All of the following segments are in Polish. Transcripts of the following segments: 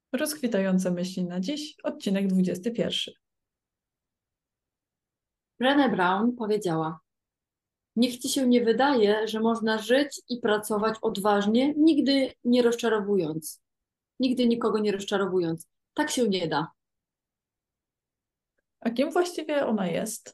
Rozkwitające myśli na dziś, odcinek 21. Brené Brown powiedziała: niech ci się nie wydaje, że można żyć i pracować odważnie, nigdy nie rozczarowując. Nigdy nikogo nie rozczarowując. Tak się nie da. A kim właściwie ona jest?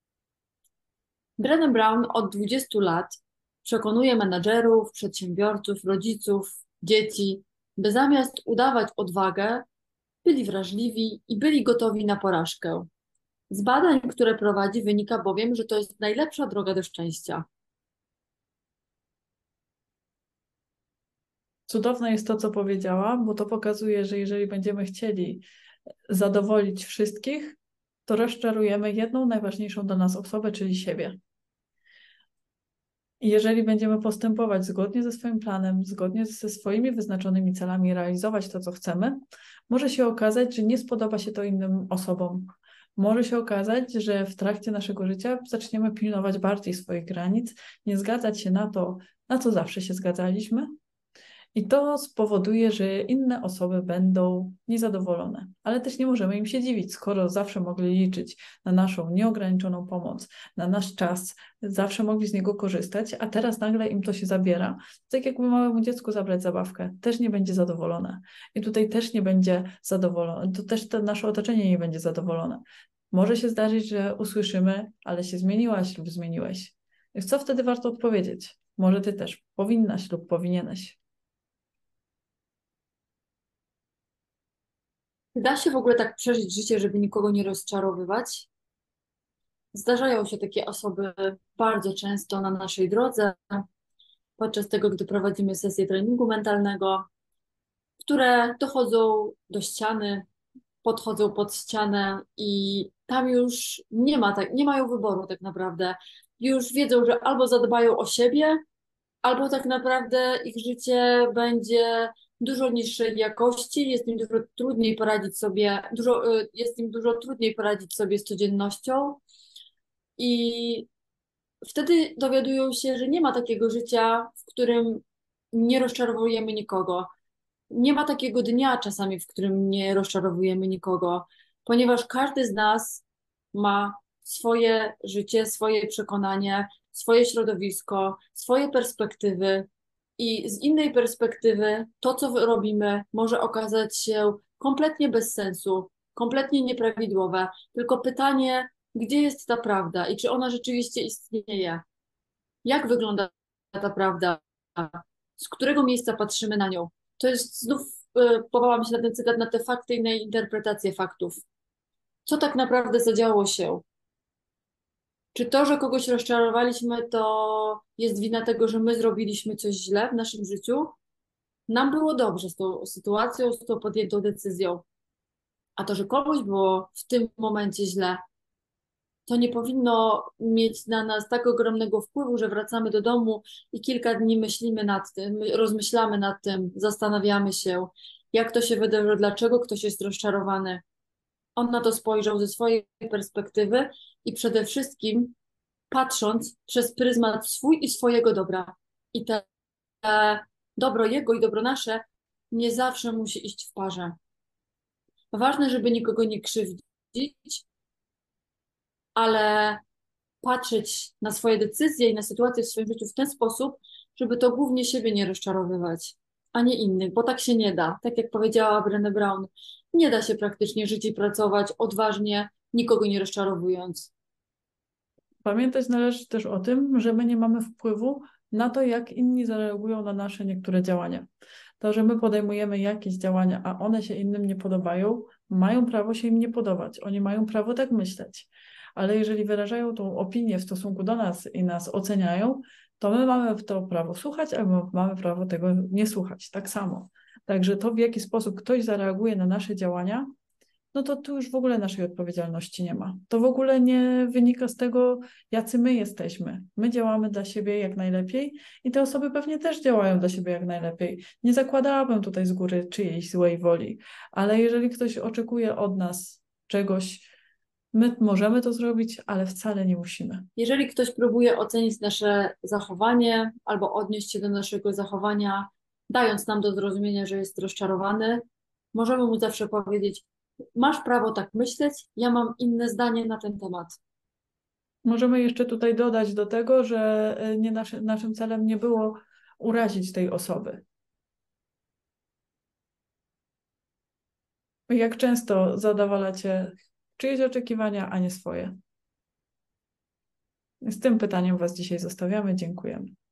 Brené Brown od 20 lat przekonuje menadżerów, przedsiębiorców, rodziców, dzieci, by zamiast udawać odwagę, byli wrażliwi i byli gotowi na porażkę. Z badań, które prowadzi, wynika bowiem, że to jest najlepsza droga do szczęścia. Cudowne jest to, co powiedziała, bo to pokazuje, że jeżeli będziemy chcieli zadowolić wszystkich, to rozczarujemy jedną najważniejszą dla nas osobę, czyli siebie. I jeżeli będziemy postępować zgodnie ze swoim planem, zgodnie ze swoimi wyznaczonymi celami, realizować to, co chcemy, może się okazać, że nie spodoba się to innym osobom. Może się okazać, że w trakcie naszego życia zaczniemy pilnować bardziej swoich granic, nie zgadzać się na to, na co zawsze się zgadzaliśmy, i to spowoduje, że inne osoby będą niezadowolone. Ale też nie możemy im się dziwić, skoro zawsze mogli liczyć na naszą nieograniczoną pomoc, na nasz czas, zawsze mogli z niego korzystać, a teraz nagle im to się zabiera. Tak jakby małemu dziecku zabrać zabawkę, też nie będzie zadowolone. I tutaj też nie będzie zadowolone, to też to nasze otoczenie nie będzie zadowolone. Może się zdarzyć, że usłyszymy, ale się zmieniłaś lub zmieniłeś. I co wtedy warto odpowiedzieć? Może ty też powinnaś lub powinieneś. Da się w ogóle tak przeżyć życie, żeby nikogo nie rozczarowywać? Zdarzają się takie osoby bardzo często na naszej drodze, podczas tego, gdy prowadzimy sesję treningu mentalnego, które dochodzą do ściany, podchodzą pod ścianę i tam już nie mają wyboru tak naprawdę. Już wiedzą, że albo zadbają o siebie, albo tak naprawdę ich życie będzie dużo niższej jakości, jest im dużo trudniej poradzić sobie, jest im dużo trudniej poradzić sobie z codziennością i wtedy dowiadują się, że nie ma takiego życia, w którym nie rozczarowujemy nikogo. Nie ma takiego dnia czasami, w którym nie rozczarowujemy nikogo, ponieważ każdy z nas ma swoje życie, swoje przekonanie, swoje środowisko, swoje perspektywy i z innej perspektywy to, co robimy, może okazać się kompletnie bez sensu, kompletnie nieprawidłowe. Tylko pytanie, gdzie jest ta prawda i czy ona rzeczywiście istnieje? Jak wygląda ta prawda? Z którego miejsca patrzymy na nią? To jest znów, powołam się na ten cytat, na te fakty i na interpretację faktów. Co tak naprawdę zadziało się? Czy to, że kogoś rozczarowaliśmy, to jest wina tego, że my zrobiliśmy coś źle w naszym życiu? Nam było dobrze z tą sytuacją, z tą podjętą decyzją. A to, że komuś było w tym momencie źle, to nie powinno mieć na nas tak ogromnego wpływu, że wracamy do domu i kilka dni myślimy nad tym, rozmyślamy nad tym, zastanawiamy się, jak to się wydarzyło, dlaczego ktoś jest rozczarowany. On na to spojrzał ze swojej perspektywy i przede wszystkim patrząc przez pryzmat swój i swojego dobra. I te dobro jego i dobro nasze nie zawsze musi iść w parze. Ważne, żeby nikogo nie krzywdzić, ale patrzeć na swoje decyzje i na sytuacje w swoim życiu w ten sposób, żeby to głównie siebie nie rozczarowywać, a nie innych, bo tak się nie da. Tak jak powiedziała Brené Brown, nie da się praktycznie żyć i pracować odważnie, nikogo nie rozczarowując. Pamiętać należy też o tym, że my nie mamy wpływu na to, jak inni zareagują na nasze niektóre działania. To, że my podejmujemy jakieś działania, a one się innym nie podobają, mają prawo się im nie podobać. Oni mają prawo tak myśleć. Ale jeżeli wyrażają tą opinię w stosunku do nas i nas oceniają, to my mamy to prawo słuchać, albo mamy prawo tego nie słuchać. Tak samo. Także to, w jaki sposób ktoś zareaguje na nasze działania, no to tu już w ogóle naszej odpowiedzialności nie ma. To w ogóle nie wynika z tego, jacy my jesteśmy. My działamy dla siebie jak najlepiej i te osoby pewnie też działają dla siebie jak najlepiej. Nie zakładałabym tutaj z góry czyjejś złej woli, ale jeżeli ktoś oczekuje od nas czegoś, my możemy to zrobić, ale wcale nie musimy. Jeżeli ktoś próbuje ocenić nasze zachowanie albo odnieść się do naszego zachowania, dając nam do zrozumienia, że jest rozczarowany, Możemy mu zawsze powiedzieć: masz prawo tak myśleć, ja mam inne zdanie na ten temat. Możemy jeszcze tutaj dodać do tego, że nie naszym celem nie było urazić tej osoby. Jak często zadowalacie czyjeś oczekiwania, a nie swoje? Z tym pytaniem Was dzisiaj zostawiamy. Dziękujemy.